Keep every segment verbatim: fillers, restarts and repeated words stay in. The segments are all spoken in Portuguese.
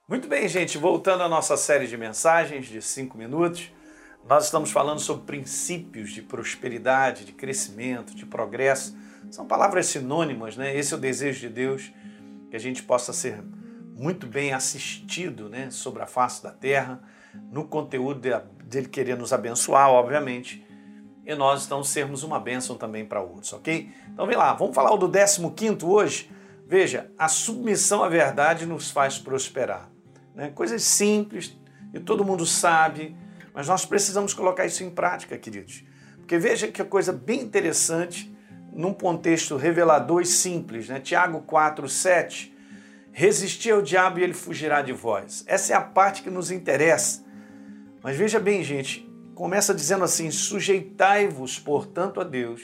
Muito bem, gente, voltando à nossa série de mensagens de cinco minutos, nós estamos falando sobre princípios de prosperidade, de crescimento, de progresso. São palavras sinônimas, né? Esse é o desejo de Deus, que a gente possa ser muito bem assistido, né, sobre a face da terra, no conteúdo dele querer nos abençoar, obviamente, e nós então sermos uma bênção também para outros, ok? Então vem lá, vamos falar do décimo quinto hoje. Veja, a submissão à verdade nos faz prosperar. Né? Coisas simples, e todo mundo sabe, mas nós precisamos colocar isso em prática, queridos. Porque veja que coisa bem interessante, num contexto revelador e simples, né? Tiago quatro, sete, resistir ao diabo e ele fugirá de vós. Essa é a parte que nos interessa. Mas veja bem, gente, começa dizendo assim, sujeitai-vos, portanto, a Deus,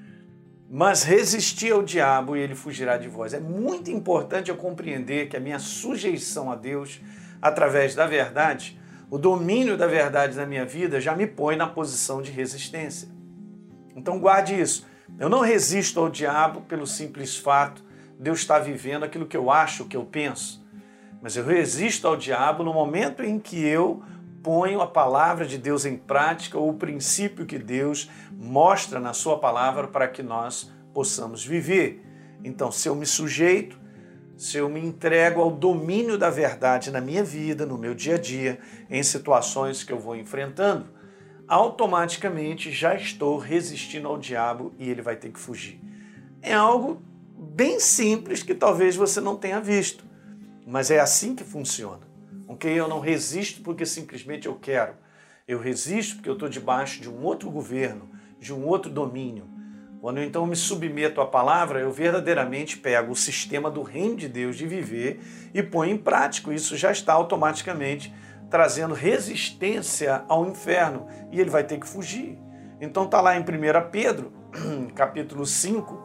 mas resisti ao diabo e ele fugirá de vós. É muito importante eu compreender que a minha sujeição a Deus, através da verdade, o domínio da verdade na minha vida já me põe na posição de resistência. Então guarde isso. Eu não resisto ao diabo pelo simples fato de eu estar vivendo aquilo que eu acho, que eu penso. Mas eu resisto ao diabo no momento em que eu ponho a palavra de Deus em prática ou o princípio que Deus mostra na sua palavra para que nós possamos viver. Então, se eu me sujeito, se eu me entrego ao domínio da verdade na minha vida, no meu dia a dia, em situações que eu vou enfrentando, automaticamente já estou resistindo ao diabo e ele vai ter que fugir. É algo bem simples que talvez você não tenha visto, mas é assim que funciona. Okay? Eu não resisto porque simplesmente eu quero. Eu resisto porque eu estou debaixo de um outro governo, de um outro domínio. Quando eu então me submeto à palavra, eu verdadeiramente pego o sistema do reino de Deus de viver e ponho em prática. Isso já está automaticamente trazendo resistência ao inferno e ele vai ter que fugir. Então está lá em primeira Pedro, capítulo cinco,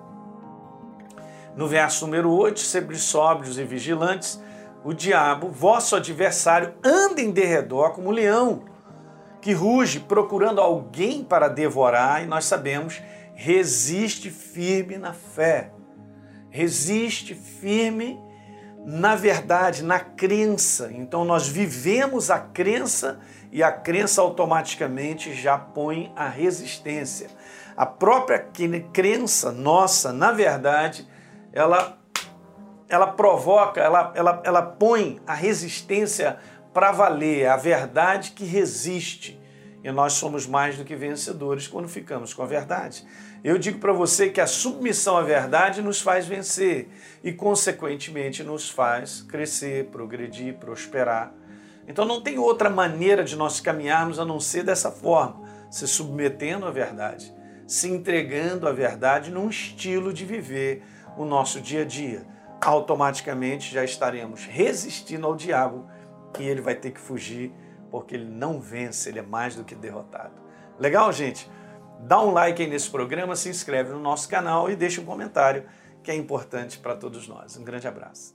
no verso número oito, sempre sóbrios e vigilantes, o diabo, vosso adversário, anda em derredor como um leão, que ruge procurando alguém para devorar, e nós sabemos, resiste firme na fé, resiste firme na verdade, na crença. Então nós vivemos a crença e a crença automaticamente já põe a resistência. A própria crença nossa, na verdade, ela ela provoca, ela, ela, ela põe a resistência para valer, a verdade que resiste. E nós somos mais do que vencedores quando ficamos com a verdade. Eu digo para você que a submissão à verdade nos faz vencer e, consequentemente, nos faz crescer, progredir, prosperar. Então não tem outra maneira de nós caminharmos a não ser dessa forma, se submetendo à verdade, se entregando à verdade num estilo de viver o nosso dia a dia. Automaticamente já estaremos resistindo ao diabo e ele vai ter que fugir porque ele não vence, ele é mais do que derrotado. Legal, gente? Dá um like aí nesse programa, se inscreve no nosso canal e deixa um comentário que é importante para todos nós. Um grande abraço.